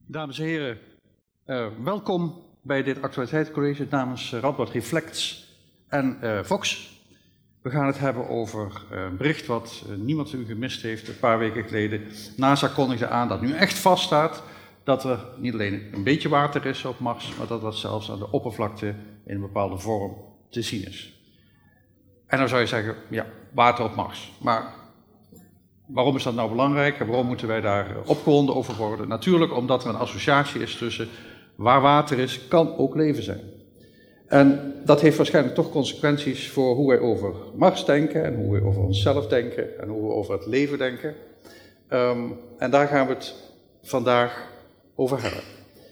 Dames en heren, welkom bij dit actualiteitscollege namens Radboud Reflects en Vox. We gaan het hebben over een bericht wat niemand van u gemist heeft. Een paar weken geleden, NASA kondigde aan dat nu echt vaststaat dat er niet alleen een beetje water is op Mars, maar dat dat zelfs aan de oppervlakte in een bepaalde vorm te zien is. En dan zou je zeggen, ja, water op Mars. Maar waarom is dat nou belangrijk en waarom moeten wij daar opgewonden over worden? Natuurlijk omdat er een associatie is tussen waar water is, kan ook leven zijn. En dat heeft waarschijnlijk toch consequenties voor hoe wij over Mars denken en hoe we over onszelf denken en hoe we over het leven denken. En daar gaan we het vandaag over hebben.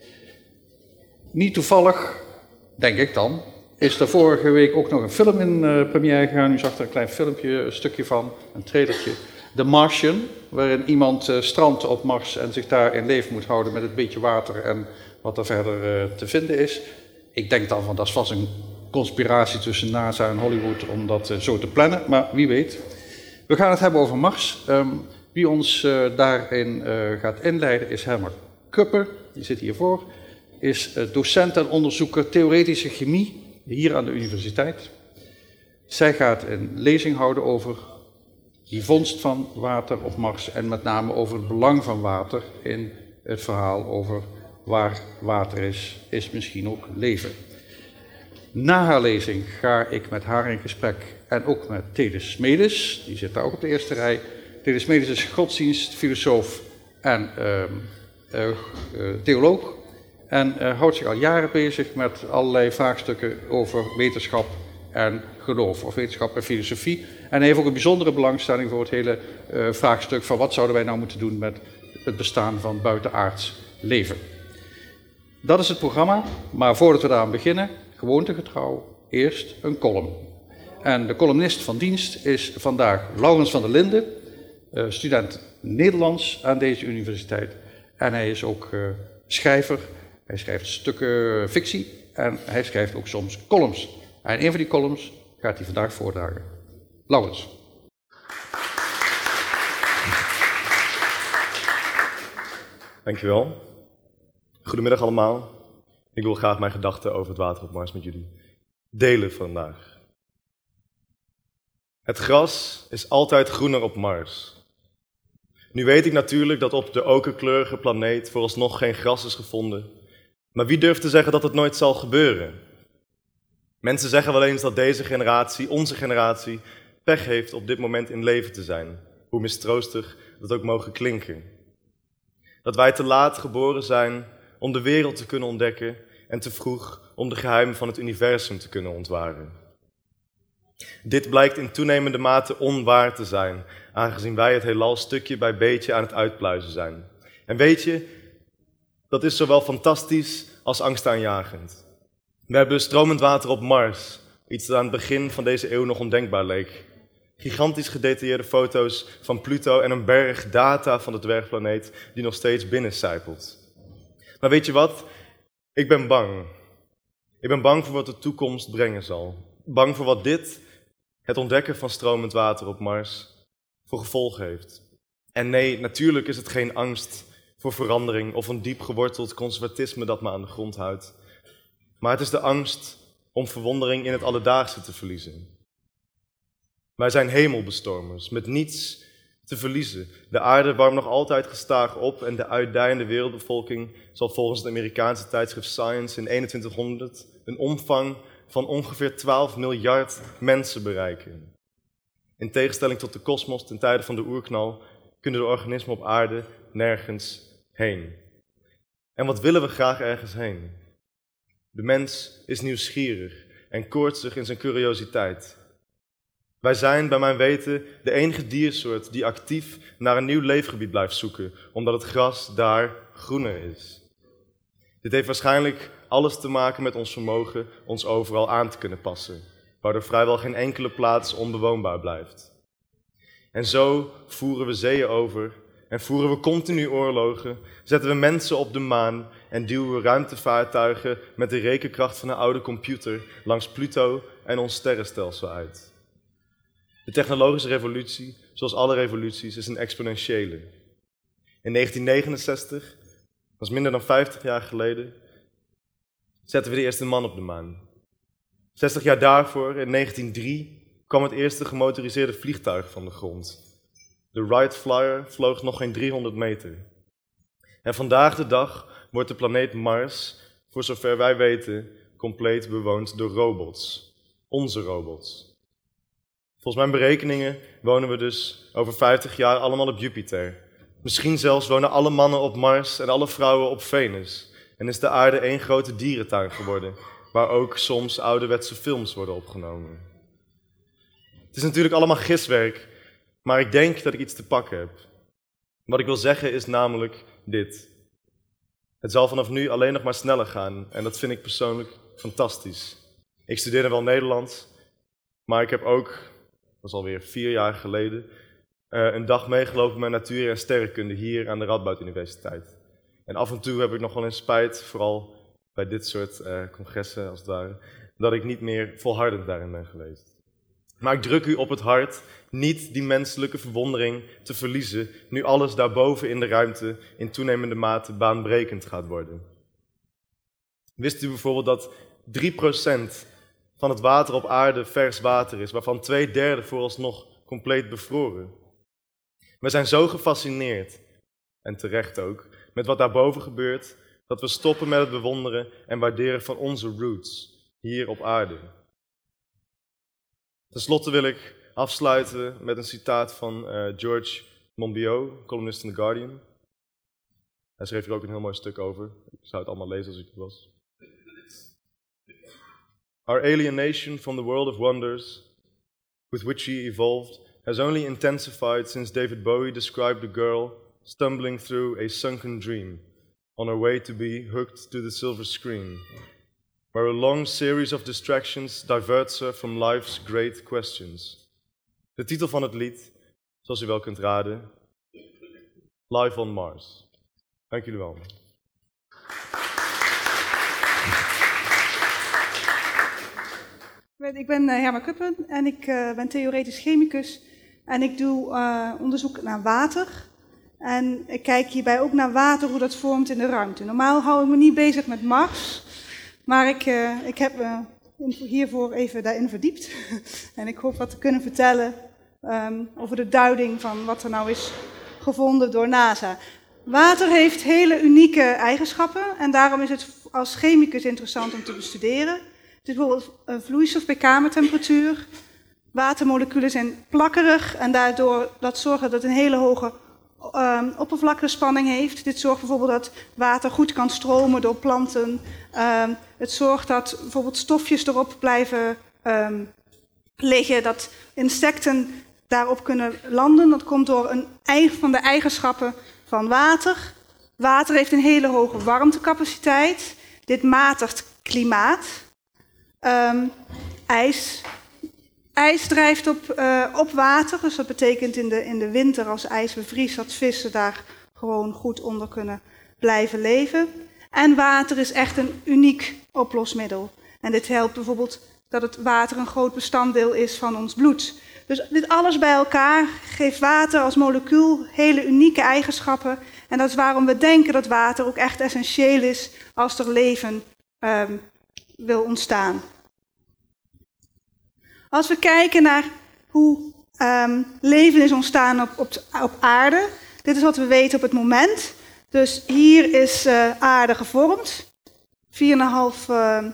Niet toevallig, denk ik dan, is er vorige week ook nog een film in première gegaan. U zag er een klein filmpje, een stukje van, een trailertje. The Martian, waarin iemand strandt op Mars en zich daar in leven moet houden met het beetje water en wat er verder te vinden is. Ik denk dan van dat is vast een conspiratie tussen NASA en Hollywood om dat zo te plannen, maar wie weet. We gaan het hebben over Mars. Wie ons daarin gaat inleiden is Helma Kuppe, die zit hiervoor. Is docent en onderzoeker theoretische chemie hier aan de universiteit. Zij gaat een lezing houden over die vondst van water op Mars en met name over het belang van water in het verhaal over waar water is misschien ook leven. Na haar lezing ga ik met haar in gesprek en ook met Tedes Smedes, die zit daar ook op de eerste rij. Tedes Smedes is godsdienstfilosoof en theoloog en houdt zich al jaren bezig met allerlei vraagstukken over wetenschap en geloof, of wetenschap en filosofie. En hij heeft ook een bijzondere belangstelling voor het hele vraagstuk van wat zouden wij nou moeten doen met het bestaan van buitenaards leven. Dat is het programma, maar voordat we daaraan beginnen, gewoontegetrouw, eerst een column. En de columnist van dienst is vandaag Laurens van der Linden, student Nederlands aan deze universiteit. En hij is ook schrijver, hij schrijft stukken fictie en hij schrijft ook soms columns. En een van die columns gaat hij vandaag voordragen. Laurens. Dankjewel. Goedemiddag allemaal. Ik wil graag mijn gedachten over het water op Mars met jullie delen vandaag. Het gras is altijd groener op Mars. Nu weet ik natuurlijk dat op de okerkleurige planeet vooralsnog geen gras is gevonden. Maar wie durft te zeggen dat het nooit zal gebeuren? Mensen zeggen wel eens dat deze generatie, onze generatie, pech heeft op dit moment in leven te zijn. Hoe mistroostig dat ook mogen klinken. Dat wij te laat geboren zijn om de wereld te kunnen ontdekken en te vroeg om de geheimen van het universum te kunnen ontwaren. Dit blijkt in toenemende mate onwaar te zijn, aangezien wij het heelal stukje bij beetje aan het uitpluizen zijn. En weet je, dat is zowel fantastisch als angstaanjagend. We hebben stromend water op Mars, iets dat aan het begin van deze eeuw nog ondenkbaar leek. Gigantisch gedetailleerde foto's van Pluto en een berg data van de dwergplaneet die nog steeds binnencijpelt. Maar weet je wat? Ik ben bang. Ik ben bang voor wat de toekomst brengen zal. Bang voor wat dit, het ontdekken van stromend water op Mars, voor gevolgen heeft. En nee, natuurlijk is het geen angst voor verandering of een diep geworteld conservatisme dat me aan de grond houdt. Maar het is de angst om verwondering in het alledaagse te verliezen. Wij zijn hemelbestormers, met niets te verliezen. De aarde warmt nog altijd gestaag op en de uitdijende wereldbevolking zal volgens het Amerikaanse tijdschrift Science in 2100 een omvang van ongeveer 12 miljard mensen bereiken. In tegenstelling tot de kosmos ten tijde van de oerknal kunnen de organismen op aarde nergens heen. En wat willen we graag ergens heen? De mens is nieuwsgierig en koortsig in zijn curiositeit. Wij zijn, bij mijn weten, de enige diersoort die actief naar een nieuw leefgebied blijft zoeken, omdat het gras daar groener is. Dit heeft waarschijnlijk alles te maken met ons vermogen ons overal aan te kunnen passen, waardoor vrijwel geen enkele plaats onbewoonbaar blijft. En zo voeren we zeeën over en voeren we continu oorlogen, zetten we mensen op de maan en duwen we ruimtevaartuigen met de rekenkracht van een oude computer langs Pluto en ons sterrenstelsel uit. De technologische revolutie, zoals alle revoluties, is een exponentiële. In 1969 Dat is minder dan 50 jaar geleden. Zetten we de eerste man op de maan. 60 jaar daarvoor, in 1903, kwam het eerste gemotoriseerde vliegtuig van de grond. De Wright Flyer vloog nog geen 300 meter. En vandaag de dag wordt de planeet Mars, voor zover wij weten, compleet bewoond door robots. Onze robots. Volgens mijn berekeningen wonen we dus over 50 jaar allemaal op Jupiter. Misschien zelfs wonen alle mannen op Mars en alle vrouwen op Venus. En is de aarde één grote dierentuin geworden, waar ook soms ouderwetse films worden opgenomen. Het is natuurlijk allemaal giswerk, maar ik denk dat ik iets te pakken heb. Wat ik wil zeggen is namelijk dit. Het zal vanaf nu alleen nog maar sneller gaan en dat vind ik persoonlijk fantastisch. Ik studeerde wel Nederlands, maar ik heb ook, dat is alweer 4 jaar geleden, een dag meegelopen met natuur en sterrenkunde hier aan de Radboud Universiteit. En af en toe heb ik nog wel eens spijt, vooral bij dit soort congressen als het ware, dat ik niet meer volhardend daarin ben geweest. Maar ik druk u op het hart niet die menselijke verwondering te verliezen, nu alles daarboven in de ruimte in toenemende mate baanbrekend gaat worden. Wist u bijvoorbeeld dat 3% van het water op aarde vers water is, waarvan 2/3 vooralsnog compleet bevroren? We zijn zo gefascineerd, en terecht ook, met wat daarboven gebeurt, dat we stoppen met het bewonderen en waarderen van onze roots hier op aarde. Ten slotte wil ik afsluiten met een citaat van George Monbiot, columnist in The Guardian. Hij schreef er ook een heel mooi stuk over. Ik zou het allemaal lezen als ik er was. Our alienation from the world of wonders with which he evolved has only intensified since David Bowie described a girl stumbling through a sunken dream on her way to be hooked to the silver screen, where a long series of distractions diverts her from life's great questions. De titel van het lied, zoals u wel kunt raden, Life on Mars. Dank jullie wel. Ik ben Herma Kuppen en ik ben theoretisch chemicus en ik doe onderzoek naar water. En ik kijk hierbij ook naar water, hoe dat vormt in de ruimte. Normaal hou ik me niet bezig met Mars, maar ik heb me hiervoor even daarin verdiept. En ik hoop wat te kunnen vertellen over de duiding van wat er nou is gevonden door NASA. Water heeft hele unieke eigenschappen en daarom is het als chemicus interessant om te bestuderen. Het is bijvoorbeeld een vloeistof bij kamertemperatuur. Watermoleculen zijn plakkerig en daardoor dat zorgt dat het een hele hoge oppervlaktespanning heeft. Dit zorgt bijvoorbeeld dat water goed kan stromen door planten. Het zorgt dat bijvoorbeeld stofjes erop blijven liggen, dat insecten daarop kunnen landen. Dat komt door een van de eigenschappen van water. Water heeft een hele hoge warmtecapaciteit. Dit matigt klimaat. IJs drijft op water, dus dat betekent in de winter als ijs bevriest dat vissen daar gewoon goed onder kunnen blijven leven. En water is echt een uniek oplosmiddel. En dit helpt bijvoorbeeld dat het water een groot bestanddeel is van ons bloed. Dus dit alles bij elkaar geeft water als molecuul hele unieke eigenschappen. En dat is waarom we denken dat water ook echt essentieel is als er leven wil ontstaan. Als we kijken naar hoe leven is ontstaan op aarde, dit is wat we weten op het moment. Dus hier is aarde gevormd. 4,5...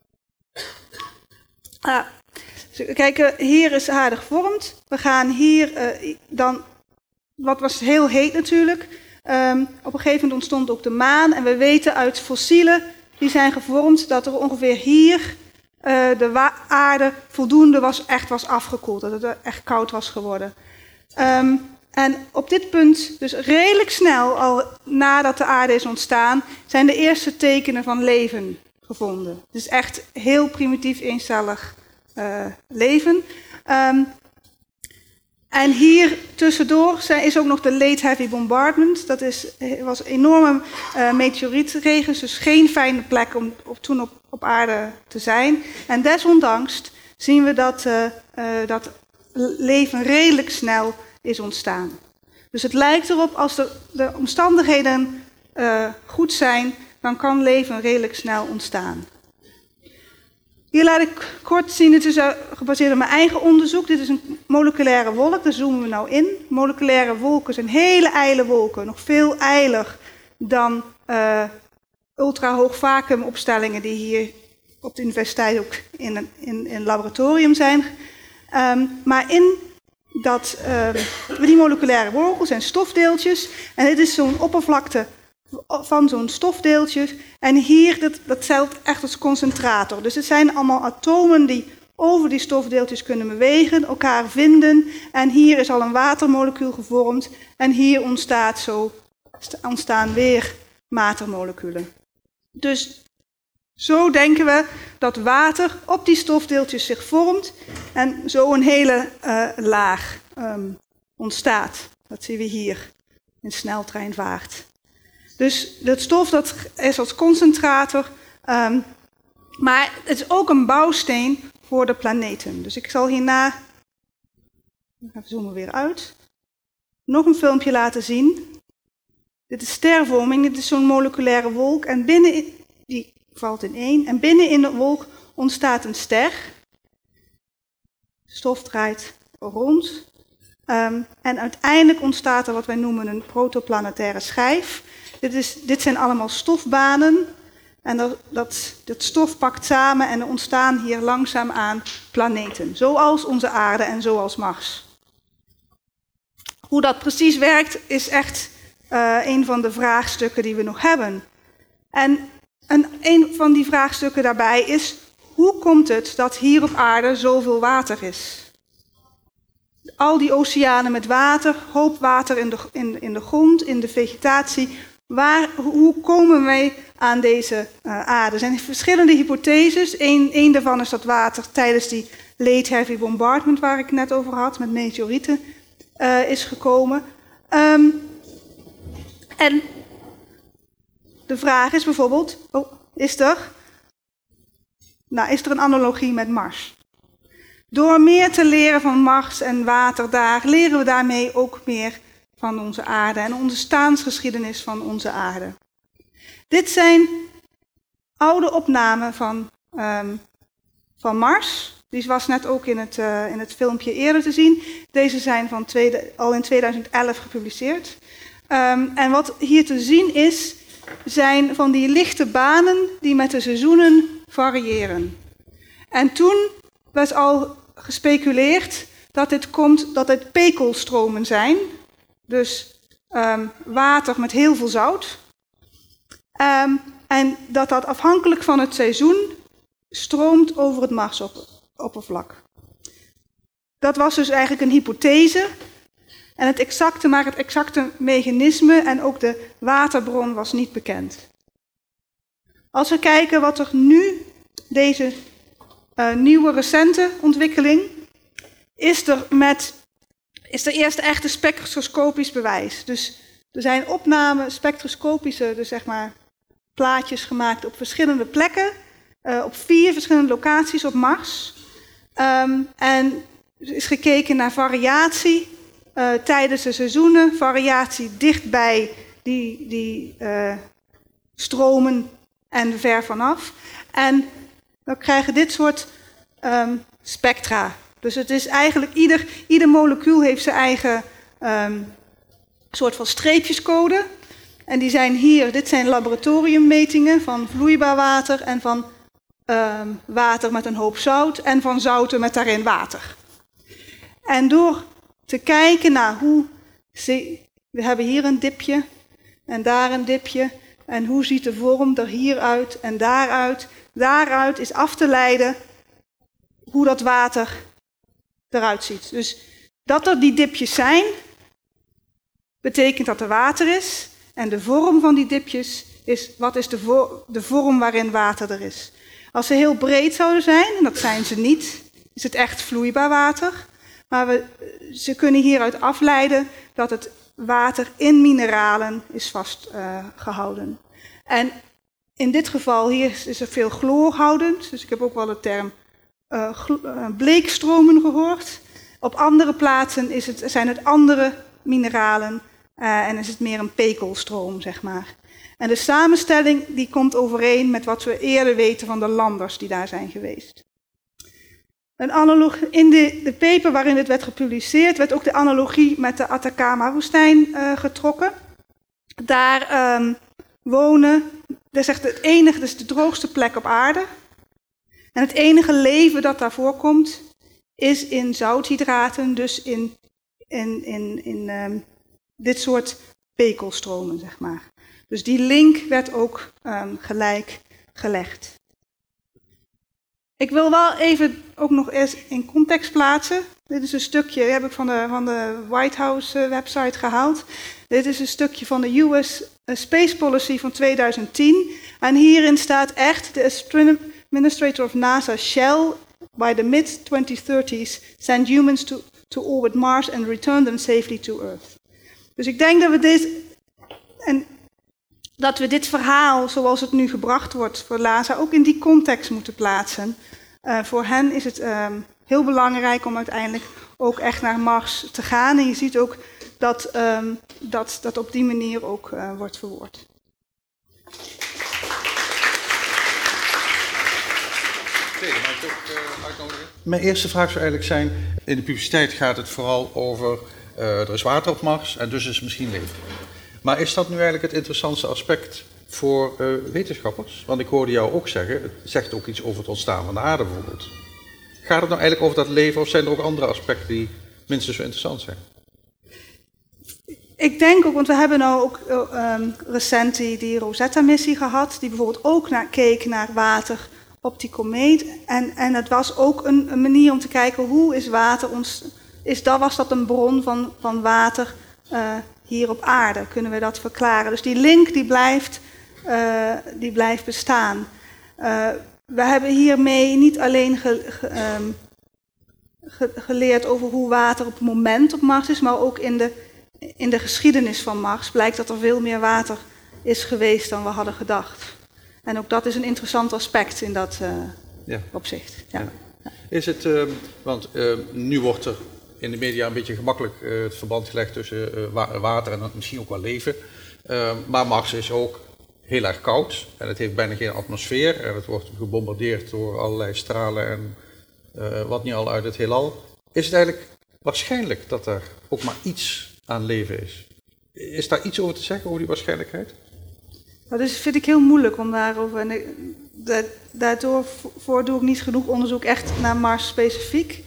Kijk, hier is aarde gevormd. We gaan hier dan... Wat was heel heet natuurlijk. Op een gegeven moment ontstond ook de maan. En we weten uit fossielen, die zijn gevormd, dat er ongeveer hier de aarde voldoende was afgekoeld. Dat het echt koud was geworden. En op dit punt, dus redelijk snel, al nadat de aarde is ontstaan, zijn de eerste tekenen van leven gevonden. Dus echt heel primitief, eencellig leven. En hier tussendoor is ook nog de Late Heavy Bombardment. Dat was een enorme meteorietregens, dus geen fijne plek om toen op aarde te zijn. En desondanks zien we dat leven redelijk snel is ontstaan. Dus het lijkt erop, als de omstandigheden goed zijn, dan kan leven redelijk snel ontstaan. Hier laat ik kort zien, het is gebaseerd op mijn eigen onderzoek. Dit is een moleculaire wolk, daar zoomen we nou in. Moleculaire wolken zijn hele ijle wolken, nog veel ijler dan ultrahoog vacuümopstellingen die hier op de universiteit ook in laboratorium zijn. Maar in die moleculaire wolken zijn stofdeeltjes en dit is zo'n oppervlakte van zo'n stofdeeltje. En hier, dat geldt echt als concentrator. Dus het zijn allemaal atomen die over die stofdeeltjes kunnen bewegen, elkaar vinden. En hier is al een watermolecuul gevormd. En hier ontstaan weer watermoleculen. Dus zo denken we dat water op die stofdeeltjes zich vormt. En zo een hele laag ontstaat. Dat zien we hier in sneltreinvaart. Dus dat stof dat is als concentrator, maar het is ook een bouwsteen voor de planeten. Dus ik zal hierna, even zoomen weer uit, nog een filmpje laten zien. Dit is stervorming, dit is zo'n moleculaire wolk en die valt in één. En binnen in de wolk ontstaat een ster. Stof draait rond. En uiteindelijk ontstaat er wat wij noemen een protoplanetaire schijf. Dit zijn allemaal stofbanen. En dat stof pakt samen en er ontstaan hier langzaamaan planeten. Zoals onze aarde en zoals Mars. Hoe dat precies werkt is echt een van de vraagstukken die we nog hebben. En een van die vraagstukken daarbij is, hoe komt het dat hier op aarde zoveel water is? Al die oceanen met water, hoop water in de grond, in de vegetatie. Hoe komen wij aan deze aarde? Er zijn verschillende hypotheses. Eén daarvan is dat water tijdens die late heavy bombardment waar ik net over had, met meteorieten, is gekomen. En de vraag is bijvoorbeeld, is er een analogie met Mars? Door meer te leren van Mars en water daar, leren we daarmee ook meer van onze aarde en de ontstaansgeschiedenis van onze aarde. Dit zijn oude opnamen van Mars. Die was net ook in het filmpje eerder te zien. Deze zijn al in 2011 gepubliceerd. En wat hier te zien is, zijn van die lichte banen die met de seizoenen variëren. En toen werd al gespeculeerd dat dit pekelstromen zijn. Dus water met heel veel zout. En dat afhankelijk van het seizoen stroomt over het Marsoppervlak. Dat was dus eigenlijk een hypothese. En het exacte mechanisme en ook de waterbron was niet bekend. Als we kijken wat er nu, deze nieuwe recente ontwikkeling, is er eerst echt een spectroscopisch bewijs. Dus er zijn spectroscopische, dus zeg maar plaatjes gemaakt op verschillende plekken, op 4 verschillende locaties op Mars. En er is gekeken naar variatie tijdens de seizoenen, variatie dichtbij die stromen en ver vanaf. En dan krijgen dit soort spectra. Dus het is eigenlijk, ieder molecuul heeft zijn eigen soort van streepjescode. En die zijn hier, dit zijn laboratoriummetingen van vloeibaar water en van water met een hoop zout en van zouten met daarin water. En door te kijken naar we hebben hier een dipje en daar een dipje. En hoe ziet de vorm er hieruit en daaruit. Daaruit is af te leiden hoe dat water eruit ziet. Dus dat er die dipjes zijn, betekent dat er water is. En de vorm van die dipjes is, wat is de vorm waarin water er is. Als ze heel breed zouden zijn, en dat zijn ze niet, is het echt vloeibaar water. Maar ze kunnen hieruit afleiden dat het water in mineralen is vastgehouden. En in dit geval hier is er veel chloorhoudend. Dus ik heb ook wel de term bleekstromen gehoord. Op andere plaatsen zijn het andere mineralen en is het meer een pekelstroom, zeg maar. En de samenstelling die komt overeen met wat we eerder weten van de landers die daar zijn geweest. In de paper waarin dit werd gepubliceerd, werd ook de analogie met de Atacama-woestijn getrokken. Daar wonen, dat is echt het enige, dat is de droogste plek op aarde. En het enige leven dat daar voorkomt, is in zouthydraten, dus in dit soort pekelstromen, zeg maar. Dus die link werd ook gelijk gelegd. Ik wil wel even ook nog eens in context plaatsen. Dit is een stukje, dat heb ik van de White House website gehaald. Dit is een stukje van de US Space Policy van 2010. En hierin staat echt, the administrator of NASA shall, by the mid-2030s, send humans to orbit Mars and return them safely to Earth. Dus ik denk dat we dit verhaal, zoals het nu gebracht wordt voor NASA, ook in die context moeten plaatsen. Voor hen is het heel belangrijk om uiteindelijk ook echt naar Mars te gaan. En je ziet ook dat op die manier ook wordt verwoord. Mag ik ook uitnodigen? Mijn eerste vraag zou eigenlijk zijn, in de publiciteit gaat het vooral over, er is water op Mars en dus is misschien leven. Maar is dat nu eigenlijk het interessantste aspect voor wetenschappers? Want ik hoorde jou ook zeggen, het zegt ook iets over het ontstaan van de aarde bijvoorbeeld. Gaat het nou eigenlijk over dat leven of zijn er ook andere aspecten die minstens zo interessant zijn? Ik denk ook, want we hebben nou ook recent die Rosetta-missie gehad, die bijvoorbeeld ook keek naar water op die komeet. En het was ook een manier om te kijken, hoe is water was dat een bron van water hier op aarde? Kunnen we dat verklaren? Dus die link die blijft bestaan. We hebben hiermee niet alleen geleerd over hoe water op het moment op Mars is, maar ook in de geschiedenis van Mars blijkt dat er veel meer water is geweest dan we hadden gedacht. En ook dat is een interessant aspect in dat opzicht. Ja. Ja. Is het, want nu wordt er in de media een beetje gemakkelijk het verband gelegd tussen water en misschien ook wel leven. Maar Mars is ook heel erg koud en het heeft bijna geen atmosfeer. En het wordt gebombardeerd door allerlei stralen en wat niet al uit het heelal. Is het eigenlijk waarschijnlijk dat er ook maar iets aan leven is? Is daar iets over te zeggen, over die waarschijnlijkheid? Dat vind ik heel moeilijk om daarover. En daarvoor doe ik niet genoeg onderzoek echt naar Mars specifiek.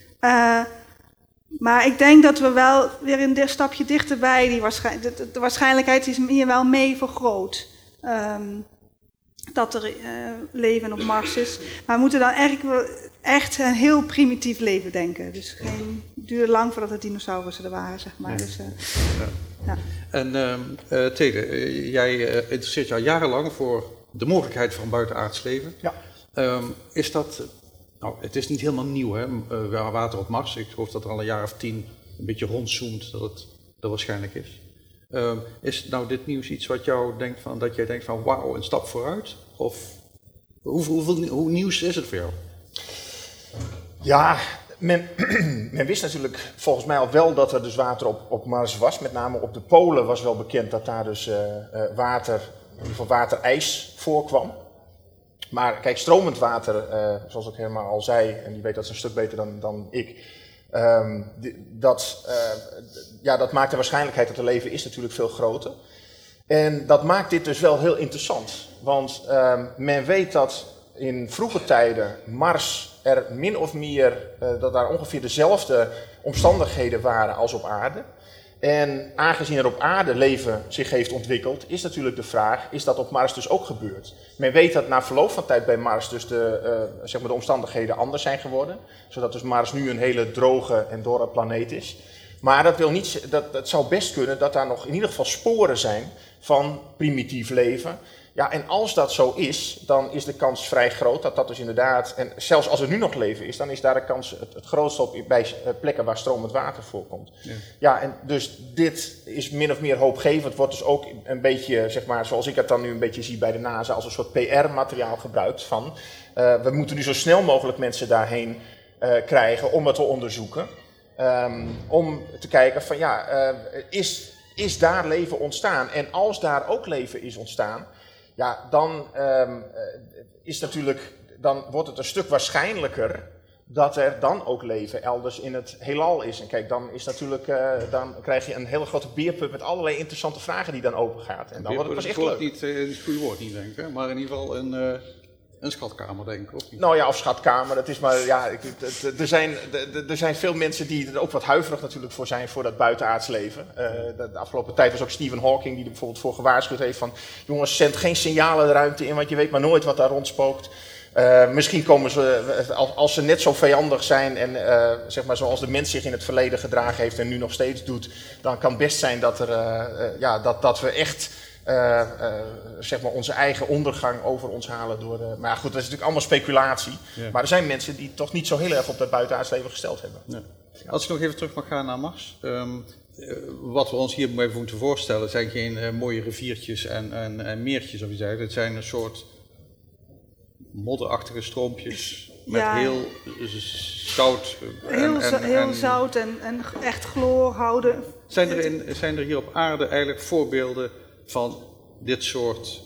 Maar ik denk dat we wel weer een stapje dichterbij de waarschijnlijkheid is hier wel mee vergroot. Dat er leven op Mars is. Maar we moeten dan echt een heel primitief leven denken. Dus het duurde lang voordat de dinosaurussen er waren, zeg maar. Dus, ja. En Tede, jij interesseert je al jarenlang voor de mogelijkheid van buitenaards leven. Ja. Is dat, nou het is niet helemaal nieuw hè, water op Mars. Ik geloof dat er al een jaar of 10 een beetje rondzoomt dat het er waarschijnlijk is. Is nou dit nieuws iets wat dat jij denkt van wauw, een stap vooruit? Of hoe nieuws is het voor jou? Ja, men wist natuurlijk volgens mij al wel dat er dus water op Mars was. Met name op de polen was wel bekend dat daar dus waterijs voorkwam. Maar kijk, stromend water, zoals ik helemaal al zei, en die weet dat een stuk beter dan ik. Dat maakt de waarschijnlijkheid dat er leven is natuurlijk veel groter. En dat maakt dit dus wel heel interessant. Want men weet dat in vroege tijden Mars er min of meer, dat daar ongeveer dezelfde omstandigheden waren als op aarde. En aangezien er op aarde leven zich heeft ontwikkeld, is natuurlijk de vraag, is dat op Mars dus ook gebeurd? Men weet dat na verloop van tijd bij Mars dus de omstandigheden anders zijn geworden. Zodat dus Mars nu een hele droge en dorre planeet is. Maar dat wil niet, dat zou best kunnen dat daar nog in ieder geval sporen zijn van primitief leven. Ja, en als dat zo is, dan is de kans vrij groot dat dat dus inderdaad, en zelfs als er nu nog leven is, dan is daar de kans het grootste op bij plekken waar stromend water voorkomt. Ja, en dus dit is min of meer hoopgevend, wordt dus ook een beetje, zeg maar, zoals ik het dan nu een beetje zie bij de NASA, als een soort PR-materiaal gebruikt van, we moeten nu zo snel mogelijk mensen daarheen krijgen om het te onderzoeken. Om te kijken van, is is daar leven ontstaan. En als daar ook leven is ontstaan, ja, dan dan wordt het een stuk waarschijnlijker dat er dan ook leven elders in het heelal is. En kijk, dan is natuurlijk, dan krijg je een hele grote beerput met allerlei interessante vragen die dan open gaat. En dan wordt het pas echt leuk. Niet het goede woord niet, denk ik, maar in ieder geval een schatkamer, denk ik, of niet? Nou ja, of schatkamer, dat is maar, ja, er zijn veel mensen die er ook wat huiverig natuurlijk voor zijn, voor dat buitenaards leven. De afgelopen tijd was ook Stephen Hawking die er bijvoorbeeld voor gewaarschuwd heeft van, jongens, zend geen signalen de ruimte in, want je weet maar nooit wat daar rondspookt. Misschien komen ze, als ze net zo vijandig zijn en zeg maar zoals de mens zich in het verleden gedragen heeft en nu nog steeds doet, dan kan het best zijn dat dat we echt zeg maar onze eigen ondergang over ons halen door maar ja, goed, dat is natuurlijk allemaal speculatie. Ja. Maar er zijn mensen die toch niet zo heel erg op dat buitenaards leven gesteld hebben. Ja. Als ik nog even terug mag gaan naar Mars. Wat we ons hierbij moeten voorstellen zijn geen mooie riviertjes en meertjes of iets dergelijks. Het zijn een soort modderachtige stroompjes met heel zout. Heel zout en echt chloor houden. Zijn er hier op aarde eigenlijk voorbeelden van dit soort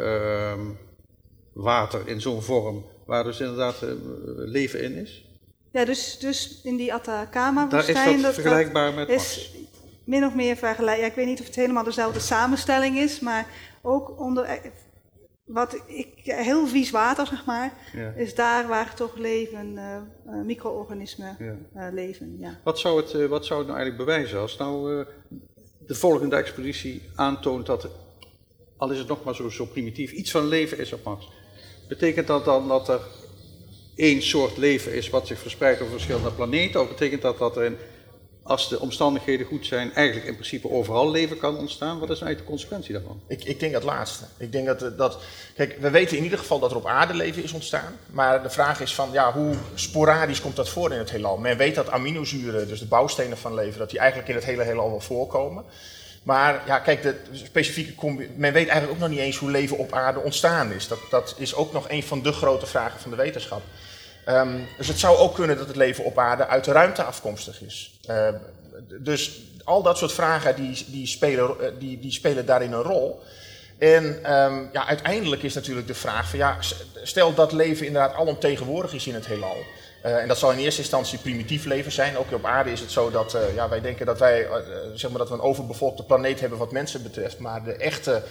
water in zo'n vorm, waar dus inderdaad leven in is? Ja, dus in die Daar Atacama-woestijn. is dat vergelijkbaar met Mars? Min of meer vergelijkbaar. Ja, ik weet niet of het helemaal dezelfde samenstelling is, maar ook onder heel vies water, zeg maar, is daar waar toch leven, micro-organismen leven. Ja. Wat zou het nou eigenlijk bewijzen als nou de volgende expositie aantoont dat, al is het nog maar zo primitief, iets van leven is op Mars? Betekent dat dan dat er één soort leven is wat zich verspreidt over verschillende planeten? Of betekent dat er, als de omstandigheden goed zijn, eigenlijk in principe overal leven kan ontstaan? Wat is nou eigenlijk de consequentie daarvan? Ik denk het laatste. Ik denk kijk, we weten in ieder geval dat er op aarde leven is ontstaan. Maar de vraag is van, ja, hoe sporadisch komt dat voor in het heelal? Men weet dat aminozuren, dus de bouwstenen van leven, dat die eigenlijk in het hele heelal wel voorkomen. Maar ja, kijk, men weet eigenlijk ook nog niet eens hoe leven op aarde ontstaan is. Dat is ook nog een van de grote vragen van de wetenschap. Dus het zou ook kunnen dat het leven op aarde uit de ruimte afkomstig is. Dus al dat soort vragen die spelen daarin een rol. En uiteindelijk is natuurlijk de vraag van, ja, stel dat leven inderdaad alomtegenwoordig is in het heelal. En dat zal in eerste instantie primitief leven zijn. Ook op aarde is het zo dat wij denken dat wij dat we een overbevolkte planeet hebben wat mensen betreft. Maar de echte,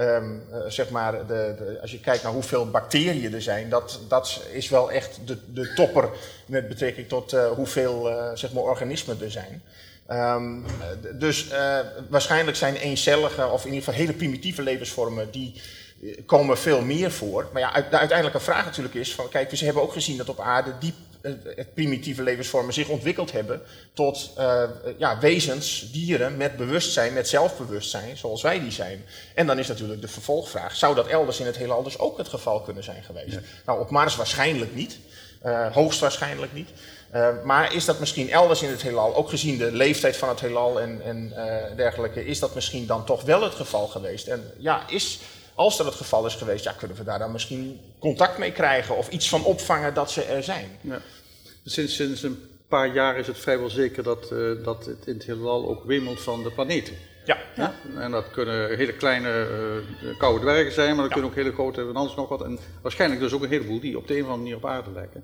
als je kijkt naar hoeveel bacteriën er zijn, dat is wel echt de topper met betrekking tot hoeveel organismen er zijn. Waarschijnlijk zijn eencellige of in ieder geval hele primitieve levensvormen die komen veel meer voor. Maar ja, de uiteindelijke vraag natuurlijk is van, kijk, we hebben ook gezien dat op aarde primitieve levensvormen zich ontwikkeld hebben tot wezens, dieren met bewustzijn, met zelfbewustzijn, zoals wij die zijn. En dan is natuurlijk de vervolgvraag, zou dat elders in het heelal dus ook het geval kunnen zijn geweest? Ja. Nou, op Mars waarschijnlijk niet, hoogstwaarschijnlijk niet. Maar is dat misschien elders in het heelal, ook gezien de leeftijd van het heelal en dergelijke, is dat misschien dan toch wel het geval geweest? En ja, als dat het geval is geweest, kunnen we daar dan misschien contact mee krijgen of iets van opvangen dat ze er zijn. Ja. Sinds een paar jaar is het vrijwel zeker dat het in het heelal ook wemelt van de planeten. Ja. Ja? En dat kunnen hele kleine koude dwergen zijn, maar dat kunnen ook hele grote en anders nog wat. En waarschijnlijk dus ook een heleboel die op de een of andere manier op aarde lijken.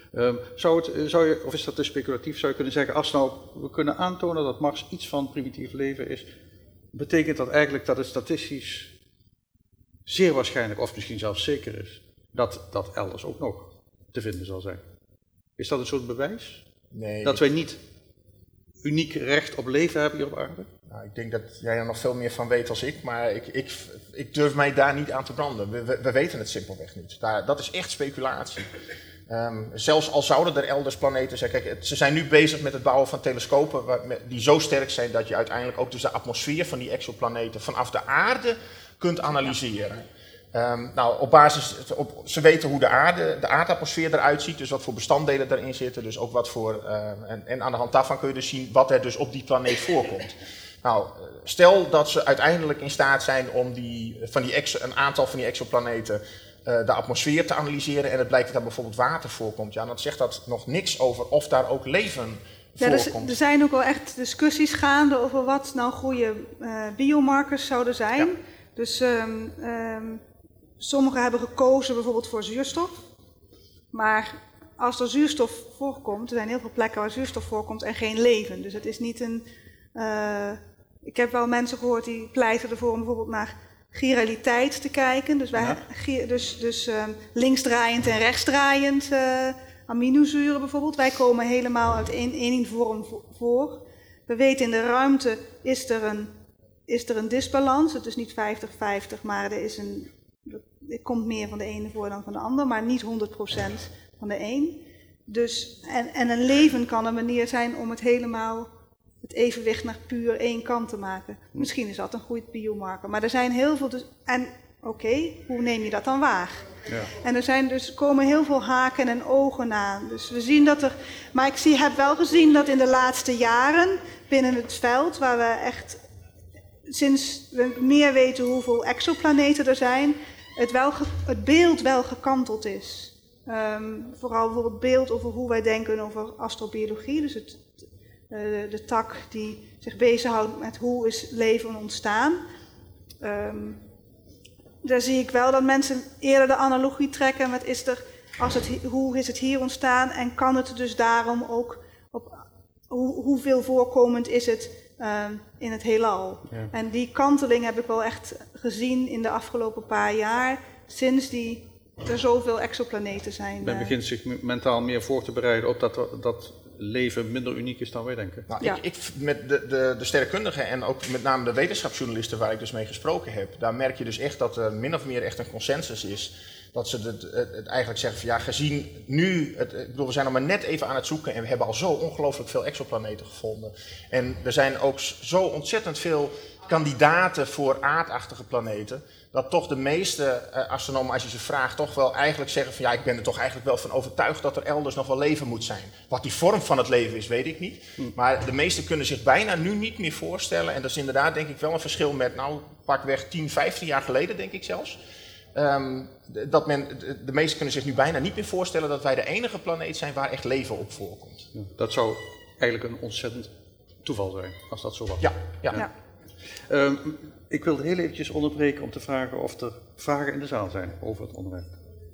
Of is dat te speculatief, zou je kunnen zeggen, als we kunnen aantonen dat Mars iets van primitief leven is, betekent dat eigenlijk dat het statistisch zeer waarschijnlijk, of misschien zelfs zeker is, dat dat elders ook nog te vinden zal zijn. Is dat een soort bewijs? Nee. Dat wij niet uniek recht op leven hebben hier op aarde? Nou, ik denk dat jij er nog veel meer van weet als ik, maar ik durf mij daar niet aan te branden. We weten het simpelweg niet. Dat is echt speculatie. Zelfs al zouden er elders planeten zijn. Kijk, ze zijn nu bezig met het bouwen van telescopen die zo sterk zijn dat je uiteindelijk ook dus de atmosfeer van die exoplaneten vanaf de aarde kunt analyseren. Op basis, ze weten hoe de aardatmosfeer eruit ziet, dus wat voor bestanddelen erin zitten, dus ook wat voor, en aan de hand daarvan kun je dus zien wat er dus op die planeet voorkomt. Nou, stel dat ze uiteindelijk in staat zijn om een aantal van die exoplaneten de atmosfeer te analyseren en het blijkt dat daar bijvoorbeeld water voorkomt, dan zegt dat nog niks over of daar ook leven voorkomt. Er zijn ook wel echt discussies gaande over wat nou goede biomarkers zouden zijn. Ja. Dus sommigen hebben gekozen bijvoorbeeld voor zuurstof. Maar als er zuurstof voorkomt, er zijn heel veel plekken waar zuurstof voorkomt en geen leven. Dus het is niet een... ik heb wel mensen gehoord die pleiten ervoor om bijvoorbeeld naar chiraliteit te kijken. Dus, linksdraaiend en rechtsdraaiend aminozuren bijvoorbeeld. Wij komen helemaal uit één vorm voor. We weten in de ruimte is er een disbalans. Het is niet 50-50, maar er komt meer van de ene voor dan van de ander, maar niet 100% van de een. Dus, en een leven kan een manier zijn om het evenwicht naar puur één kant te maken. Misschien is dat een goed biomarker, maar er zijn heel veel... hoe neem je dat dan waar? Ja. En er komen heel veel haken en ogen aan. Dus we zien dat er... Maar ik heb wel gezien dat in de laatste jaren binnen het veld, waar we echt... Sinds we meer weten hoeveel exoplaneten er zijn, het beeld wel gekanteld is. Vooral bijvoorbeeld het beeld over hoe wij denken over astrobiologie. Dus de tak die zich bezighoudt met hoe is leven ontstaan. Daar zie ik wel dat mensen eerder de analogie trekken met hoe is het hier ontstaan en kan het dus daarom ook hoeveel voorkomend is het in het heelal. Ja. En die kanteling heb ik wel echt gezien in de afgelopen paar jaar, sinds er zoveel exoplaneten zijn. Men begint zich mentaal meer voor te bereiden op dat leven minder uniek is dan wij denken. Nou, ja. Ik met de sterrenkundigen en ook met name de wetenschapsjournalisten waar ik dus mee gesproken heb, daar merk je dus echt dat er min of meer echt een consensus is. Dat ze het eigenlijk zeggen van ja, gezien nu, we zijn nog maar net even aan het zoeken en we hebben al zo ongelooflijk veel exoplaneten gevonden. En er zijn ook zo ontzettend veel kandidaten voor aardachtige planeten, dat toch de meeste astronomen, als je ze vraagt, toch wel eigenlijk zeggen van ja, ik ben er toch eigenlijk wel van overtuigd dat er elders nog wel leven moet zijn. Wat die vorm van het leven is, weet ik niet. Maar de meesten kunnen zich bijna nu niet meer voorstellen. En dat is inderdaad denk ik wel een verschil met, pakweg 10, 15 jaar geleden denk ik zelfs. De meesten kunnen zich nu bijna niet meer voorstellen dat wij de enige planeet zijn waar echt leven op voorkomt. Ja, dat zou eigenlijk een ontzettend toeval zijn, als dat zo was. Ja. Ik wilde heel eventjes onderbreken om te vragen of er vragen in de zaal zijn over het onderwerp.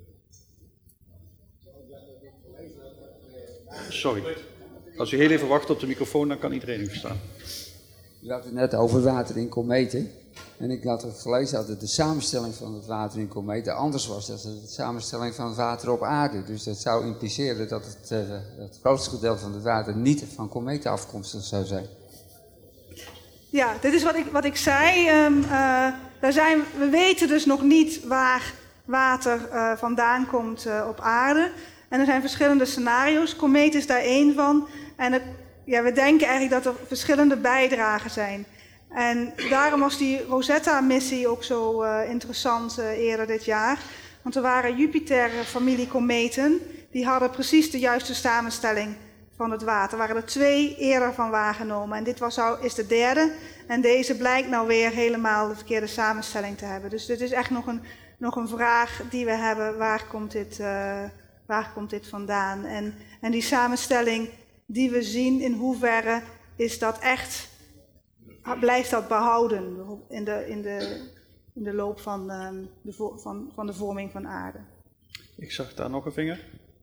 Sorry. Als u heel even wacht op de microfoon, dan kan iedereen u verstaan. U had het net over water in kometen. En ik had het gelezen dat de samenstelling van het water in kometen anders was dan de samenstelling van het water op aarde. Dus dat zou impliceren dat het grootste gedeelte van het water niet van kometen afkomstig zou zijn. Ja, dit is wat ik zei. We weten dus nog niet waar water vandaan komt op aarde. En er zijn verschillende scenario's. Komeet is daar één van. En we denken eigenlijk dat er verschillende bijdragen zijn. En daarom was die Rosetta-missie ook zo interessant eerder dit jaar. Want er waren Jupiter-familiekometen, die hadden precies de juiste samenstelling van het water. Er waren er 2 eerder van waargenomen. En dit is de derde. En deze blijkt nou weer helemaal de verkeerde samenstelling te hebben. Dus dit is echt nog een vraag die we hebben. Waar komt dit vandaan? En die samenstelling die we zien, in hoeverre is dat echt... Blijft dat behouden in de loop van de vorming van aarde? Ik zag daar nog een vinger.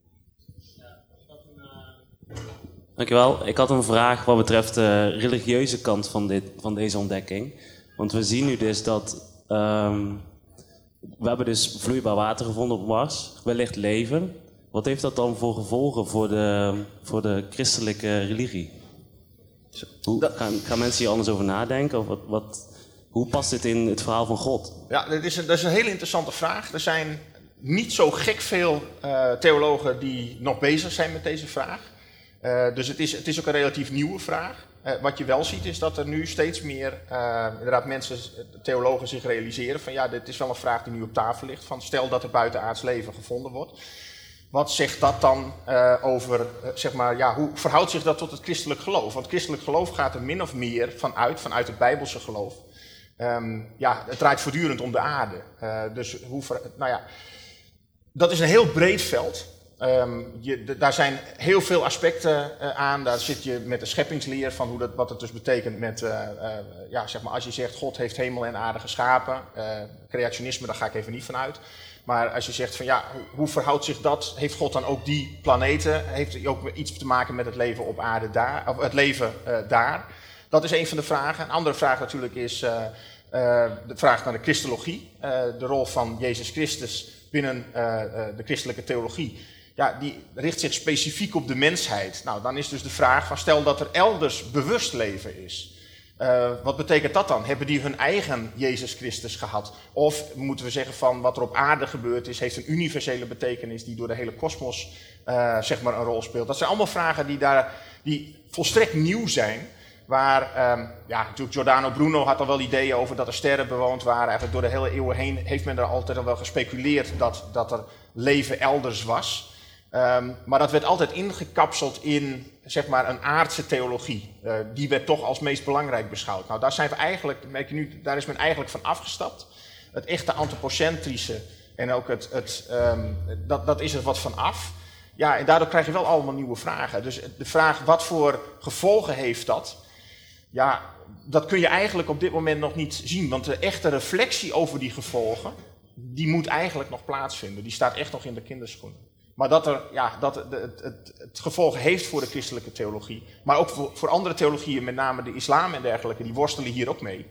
Dankjewel. Ik had een vraag wat betreft de religieuze kant van deze ontdekking. Want we zien nu dus dat... we hebben dus vloeibaar water gevonden op Mars, wellicht leven. Wat heeft dat dan voor gevolgen voor de christelijke religie? Gaan mensen hier anders over nadenken? Of hoe past dit in het verhaal van God? Ja, dat is een hele interessante vraag. Er zijn niet zo gek veel theologen die nog bezig zijn met deze vraag. Dus het is ook een relatief nieuwe vraag. Wat je wel ziet is dat er nu steeds meer inderdaad theologen zich realiseren van ja, dit is wel een vraag die nu op tafel ligt. Van stel dat er buitenaards leven gevonden wordt. Wat zegt dat dan over, hoe verhoudt zich dat tot het christelijk geloof? Want christelijk geloof gaat er min of meer vanuit het bijbelse geloof. Het draait voortdurend om de aarde. Dat is een heel breed veld. Daar zijn heel veel aspecten aan. Daar zit je met de scheppingsleer van wat het dus betekent met, zeg maar, als je zegt God heeft hemel en aarde geschapen. Creationisme, daar ga ik even niet van uit. Maar als je zegt van hoe verhoudt zich dat? Heeft God dan ook die planeten? Heeft hij ook iets te maken met het leven op aarde daar? Of het leven daar? Dat is een van de vragen. Een andere vraag natuurlijk is de vraag naar de Christologie. De rol van Jezus Christus binnen de christelijke theologie. Ja, die richt zich specifiek op de mensheid. Nou, dan is dus de vraag van stel dat er elders bewust leven is. Wat betekent dat dan? Hebben die hun eigen Jezus Christus gehad? Of moeten we zeggen van wat er op aarde gebeurd is, heeft een universele betekenis die door de hele kosmos zeg maar een rol speelt? Dat zijn allemaal vragen die volstrekt nieuw zijn. Waar, natuurlijk Giordano Bruno had al wel ideeën over dat er sterren bewoond waren. Eigenlijk door de hele eeuwen heen heeft men er altijd al wel gespeculeerd dat er leven elders was. Maar dat werd altijd ingekapseld in zeg maar een aardse theologie. Die werd toch als meest belangrijk beschouwd. Nou, daar zijn we eigenlijk, merk je nu, daar is men eigenlijk van afgestapt. Het echte antropocentrische en ook dat is er wat van af. Ja, en daardoor krijg je wel allemaal nieuwe vragen. Dus de vraag, wat voor gevolgen heeft dat? Ja, dat kun je eigenlijk op dit moment nog niet zien. Want de echte reflectie over die gevolgen, die moet eigenlijk nog plaatsvinden. Die staat echt nog in de kinderschoenen. Maar dat het gevolgen heeft voor de christelijke theologie. Maar ook voor andere theologieën, met name de islam en dergelijke, die worstelen hier ook mee.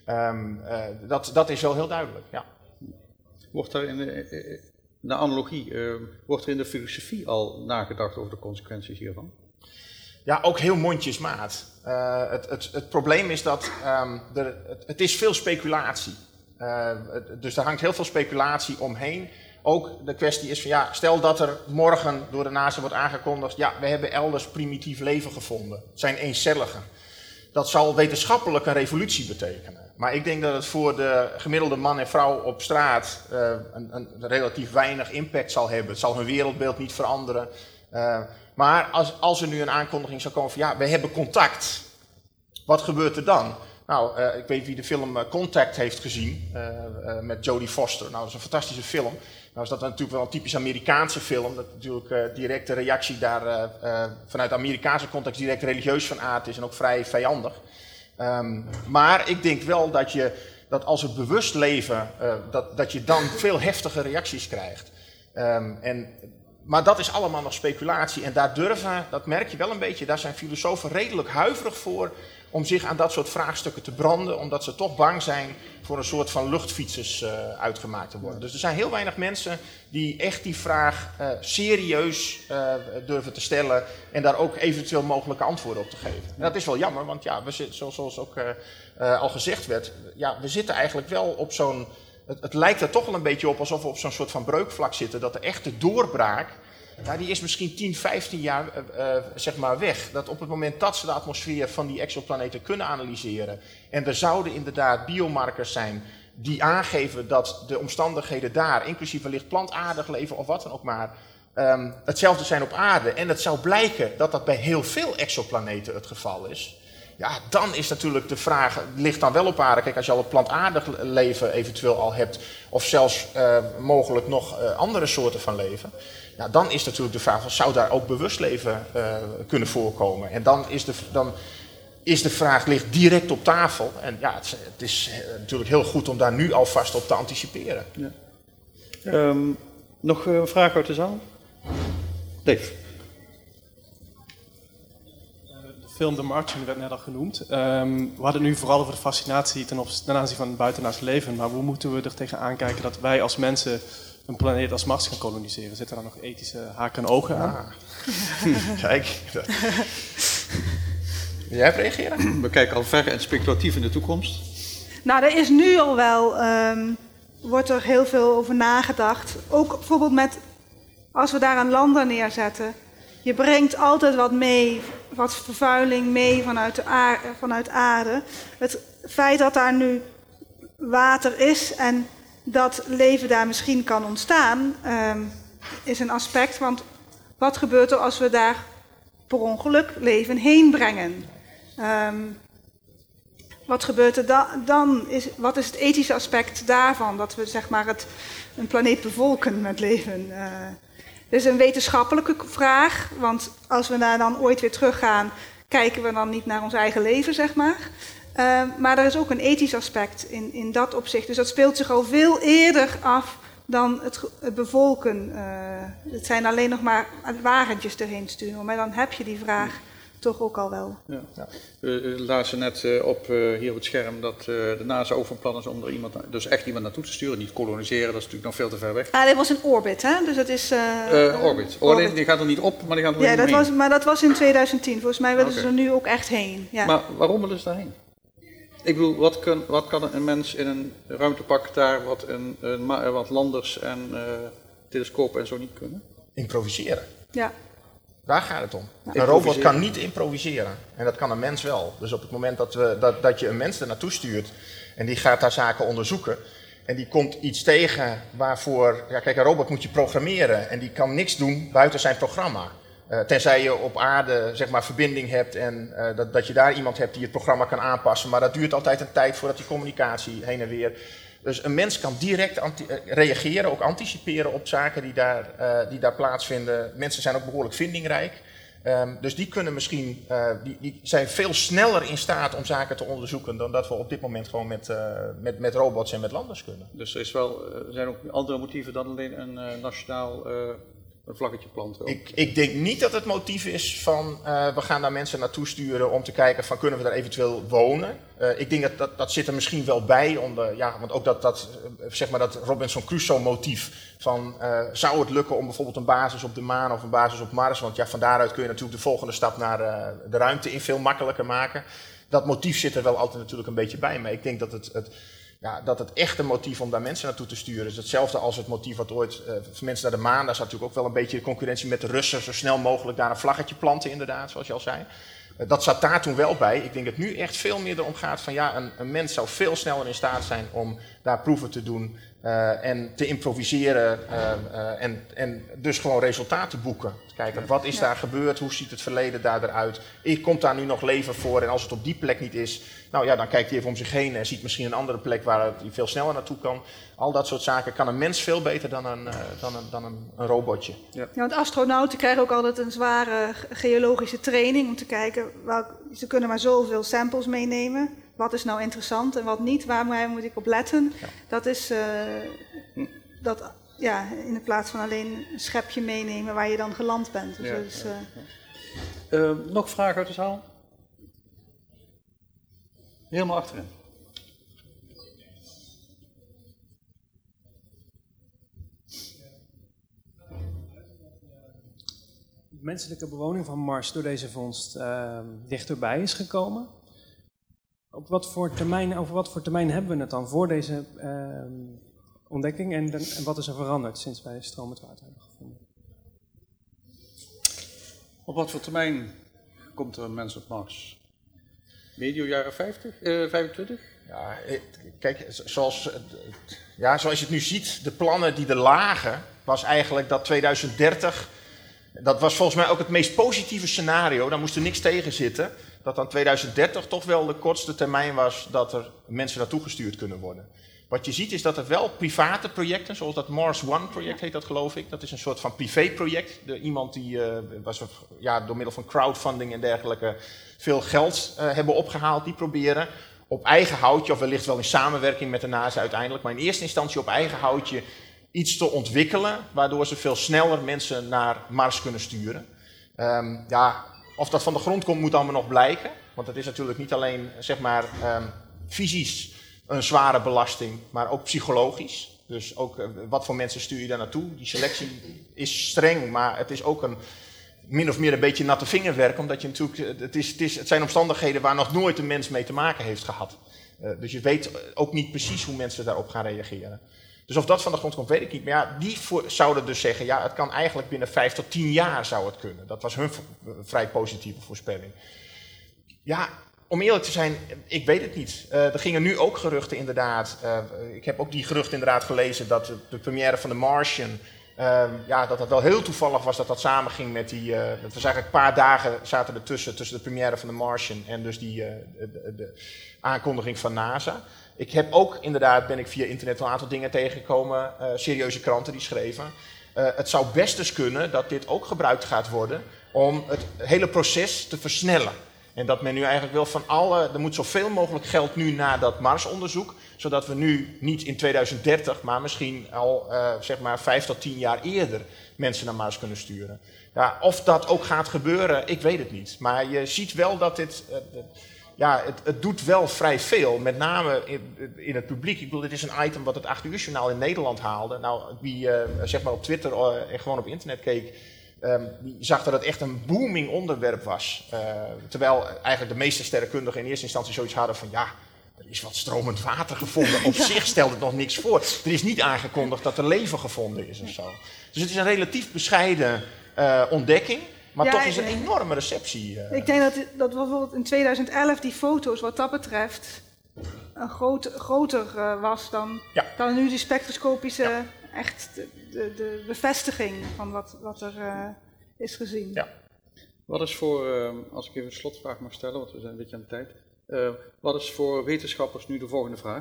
Dat is wel heel duidelijk, ja. Wordt er in de analogie, wordt er in de filosofie al nagedacht over de consequenties hiervan? Ja, ook heel mondjesmaat. Het probleem is dat het is veel speculatie. Dus er hangt heel veel speculatie omheen. Ook de kwestie is van stel dat er morgen door de NASA wordt aangekondigd, we hebben elders primitief leven gevonden. Het zijn eencelligen. Dat zal wetenschappelijk een revolutie betekenen. Maar ik denk dat het voor de gemiddelde man en vrouw op straat een relatief weinig impact zal hebben. Het zal hun wereldbeeld niet veranderen. Maar als er nu een aankondiging zou komen van we hebben contact. Wat gebeurt er dan? Nou, ik weet wie de film Contact heeft gezien met Jodie Foster. Nou, dat is een fantastische film. Nou is dat natuurlijk wel een typisch Amerikaanse film. Dat natuurlijk direct de reactie daar vanuit de Amerikaanse context direct religieus van aard is en ook vrij vijandig. Maar ik denk wel dat als het bewust leven, dat je dan veel heftige reacties krijgt. Maar dat is allemaal nog speculatie. En dat merk je wel een beetje, daar zijn filosofen redelijk huiverig voor om zich aan dat soort vraagstukken te branden, omdat ze toch bang zijn voor een soort van luchtfietsers uitgemaakt te worden. Dus er zijn heel weinig mensen die echt die vraag serieus durven te stellen en daar ook eventueel mogelijke antwoorden op te geven. En dat is wel jammer, want zoals ook al gezegd werd, we zitten eigenlijk wel op zo'n... Het lijkt er toch wel een beetje op alsof we op zo'n soort van breukvlak zitten, dat de echte doorbraak, die is misschien 10, 15 jaar zeg maar weg. Dat op het moment dat ze de atmosfeer van die exoplaneten kunnen analyseren en er zouden inderdaad biomarkers zijn die aangeven dat de omstandigheden daar, inclusief wellicht plantaardig leven of wat dan ook maar, hetzelfde zijn op aarde. En het zou blijken dat dat bij heel veel exoplaneten het geval is. Ja, dan is natuurlijk de vraag, ligt dan wel op aarde. Kijk, als je al een plantaardig leven eventueel al hebt, of zelfs mogelijk nog andere soorten van leven, dan is natuurlijk de vraag, zou daar ook bewust leven kunnen voorkomen? En dan is de vraag, ligt direct op tafel. En het is natuurlijk heel goed om daar nu alvast op te anticiperen. Ja. Nog een vraag uit de zaal? Dave. De film The Martian werd net al genoemd. We hadden het nu vooral over de fascinatie ten aanzien van het buitenaards leven. Maar hoe moeten we er tegenaan kijken dat wij als mensen een planeet als Mars gaan koloniseren? Zitten daar nog ethische haken en ogen aan? Kijk. Wil jij reageren? We kijken al ver en speculatief in de toekomst. Nou, er is nu al wel, wordt er heel veel over nagedacht. Ook bijvoorbeeld als we daar een lander neerzetten. Je brengt altijd wat mee, wat vervuiling mee vanuit aarde. Het feit dat daar nu water is en dat leven daar misschien kan ontstaan, is een aspect. Want wat gebeurt er als we daar per ongeluk leven heen brengen? Wat gebeurt er dan? Wat is het ethische aspect daarvan? Dat we zeg maar een planeet bevolken met leven. Dit is een wetenschappelijke vraag, want als we daar dan ooit weer teruggaan, kijken we dan niet naar ons eigen leven, zeg maar. Maar er is ook een ethisch aspect in dat opzicht. Dus dat speelt zich al veel eerder af dan het bevolken. Het zijn alleen nog maar wagentjes erheen sturen, maar dan heb je die vraag toch ook al wel. Ja. Ja. We lazen net hier op het scherm dat de NASA ook van plan is om er dus echt iemand naartoe te sturen. Niet koloniseren, dat is natuurlijk nog veel te ver weg. Dit was een orbit, hè? Dus dat is... Orbit. Nee, die gaat er niet op, maar die gaat er ja, heen. Maar dat was in 2010. Volgens mij willen ze er nu ook echt heen. Ja. Maar waarom willen ze daarheen? Ik bedoel, wat kan een mens in een ruimtepak daar wat landers en telescopen en zo niet kunnen? Improviseren. Ja. Daar gaat het om. Ja. Een robot kan niet improviseren. En dat kan een mens wel. Dus op het moment dat je een mens er naartoe stuurt en die gaat daar zaken onderzoeken en die komt iets tegen waarvoor... Ja, kijk, een robot moet je programmeren en die kan niks doen buiten zijn programma. Tenzij je op aarde zeg maar verbinding hebt en dat je daar iemand hebt die het programma kan aanpassen. Maar dat duurt altijd een tijd voordat die communicatie heen en weer... Dus een mens kan direct reageren, ook anticiperen op zaken die daar plaatsvinden. Mensen zijn ook behoorlijk vindingrijk. Dus die kunnen misschien, die zijn veel sneller in staat om zaken te onderzoeken dan dat we op dit moment gewoon met robots en met landers kunnen. Dus er zijn ook andere motieven dan alleen een nationaal een vlaggetje planten. Ik denk niet dat het motief is van we gaan daar mensen naartoe sturen om te kijken van kunnen we daar eventueel wonen. Ik denk dat zit er misschien wel bij, want ook dat Robinson Crusoe motief van zou het lukken om bijvoorbeeld een basis op de maan of een basis op Mars, want ja, van daaruit kun je natuurlijk de volgende stap naar de ruimte in veel makkelijker maken. Dat motief zit er wel altijd natuurlijk een beetje bij, maar ik denk dat dat het echte motief om daar mensen naartoe te sturen is hetzelfde als het motief wat ooit mensen naar de maan, daar zat natuurlijk ook wel een beetje de concurrentie met de Russen, zo snel mogelijk daar een vlaggetje planten inderdaad, zoals je al zei. Dat zat daar toen wel bij. Ik denk dat het nu echt veel meer erom gaat van ja, een mens zou veel sneller in staat zijn om daar proeven te doen en te improviseren en dus gewoon resultaten boeken. Kijken, wat is daar gebeurd, hoe ziet het verleden daar eruit, komt daar nu nog leven voor en als het op die plek niet is, nou ja, dan kijkt hij even om zich heen en ziet misschien een andere plek waar hij veel sneller naartoe kan. Al dat soort zaken kan een mens veel beter dan een robotje. Ja, want astronauten krijgen ook altijd een zware geologische training om te kijken, ze kunnen maar zoveel samples meenemen. Wat is nou interessant en wat niet, waar moet ik op letten? Ja. Dat is in de plaats van alleen een schepje meenemen waar je dan geland bent. Dus nog vragen uit de zaal? Helemaal achterin. De menselijke bewoning van Mars door deze vondst dichterbij is gekomen. Over wat voor termijn hebben we het dan voor deze ontdekking en wat is er veranderd sinds wij stromend water hebben gevonden? Op wat voor termijn komt er een mens op Mars? Medio jaren 25? Ja, kijk, zoals je het nu ziet, de plannen die er lagen, was eigenlijk dat 2030, dat was volgens mij ook het meest positieve scenario, daar moest er niks tegen zitten, dat dan 2030 toch wel de kortste termijn was dat er mensen naartoe gestuurd kunnen worden. Wat je ziet is dat er wel private projecten, zoals dat Mars One project heet dat geloof ik, dat is een soort van privéproject. Iemand die door middel van crowdfunding en dergelijke veel geld hebben opgehaald, die proberen op eigen houtje, of wellicht wel in samenwerking met de NASA uiteindelijk, maar in eerste instantie op eigen houtje iets te ontwikkelen, waardoor ze veel sneller mensen naar Mars kunnen sturen. Of dat van de grond komt moet allemaal nog blijken, want het is natuurlijk niet alleen fysisch een zware belasting, maar ook psychologisch. Dus ook wat voor mensen stuur je daar naartoe? Die selectie is streng, maar het is ook min of meer een beetje natte vingerwerk, omdat je natuurlijk, het zijn omstandigheden waar nog nooit een mens mee te maken heeft gehad. Dus je weet ook niet precies hoe mensen daarop gaan reageren. Dus of dat van de grond komt, weet ik niet. Maar ja, die zouden dus zeggen, ja, het kan eigenlijk binnen 5 tot 10 jaar zou het kunnen. Dat was hun vrij positieve voorspelling. Ja, om eerlijk te zijn, ik weet het niet. Er gingen nu ook geruchten inderdaad. Ik heb ook die geruchten inderdaad gelezen dat de première van The Martian, dat het wel heel toevallig was dat samenging met die, het was eigenlijk een paar dagen zaten er tussen de première van The Martian en dus de aankondiging van NASA. Ik heb ook inderdaad, ben ik via internet een aantal dingen tegengekomen, serieuze kranten die schreven. het zou best dus kunnen dat dit ook gebruikt gaat worden om het hele proces te versnellen. En dat men nu eigenlijk wil er moet zoveel mogelijk geld nu naar dat Marsonderzoek, zodat we nu niet in 2030, maar misschien al 5 tot 10 jaar eerder mensen naar Mars kunnen sturen. Ja, of dat ook gaat gebeuren, ik weet het niet. Maar je ziet wel dat het doet wel vrij veel, met name in het publiek. Ik bedoel, dit is een item wat het 8 uur journaal in Nederland haalde. Nou, wie op Twitter en gewoon op internet keek, die zag dat het echt een booming onderwerp was. Terwijl eigenlijk de meeste sterrenkundigen in eerste instantie zoiets hadden van ja, er is wat stromend water gevonden. Op zich stelt het nog niks voor. Er is niet aangekondigd dat er leven gevonden is of zo. Dus het is een relatief bescheiden ontdekking. Maar toch is er een enorme receptie. Ik denk dat bijvoorbeeld in 2011 die foto's wat dat betreft groter was dan nu die spectroscopische echt de bevestiging van wat er is gezien. Ja. Wat is voor, als ik even een slotvraag mag stellen, want we zijn een beetje aan de tijd. Wat is voor wetenschappers nu de volgende vraag?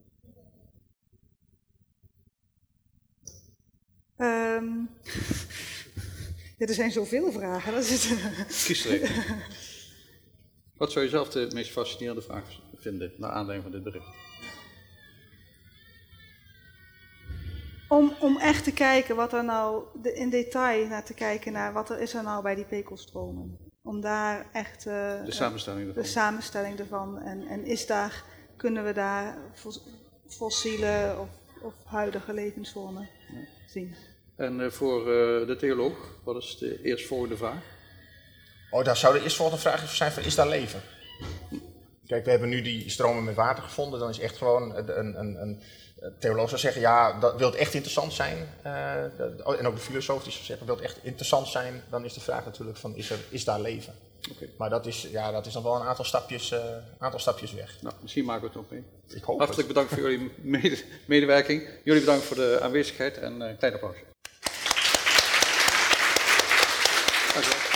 Er zijn zoveel vragen. Dat is Kies er even. Wat zou je zelf de meest fascinerende vraag vinden, naar aanleiding van dit bericht? Om echt te kijken wat er nou, in detail naar te kijken naar wat er is er nou bij die pekelstromen. Om daar echt de samenstelling ervan. En kunnen we daar fossiele of huidige levensvormen zien. En voor de theoloog, wat is de eerstvolgende vraag? Daar zou de eerstvolgende vraag zijn van, is daar leven? Kijk, we hebben nu die stromen met water gevonden. Dan is echt gewoon een theoloog zou zeggen, ja, dat wil het echt interessant zijn. En ook de filosoof die zou zeggen, wil het echt interessant zijn. Dan is de vraag natuurlijk van, is daar leven? Okay. Maar dat is dan wel een aantal stapjes weg. Nou, misschien maken we het ook mee. Ik hoop Hartelijk bedankt voor jullie medewerking. Jullie bedankt voor de aanwezigheid en een klein applausje. Dank u wel.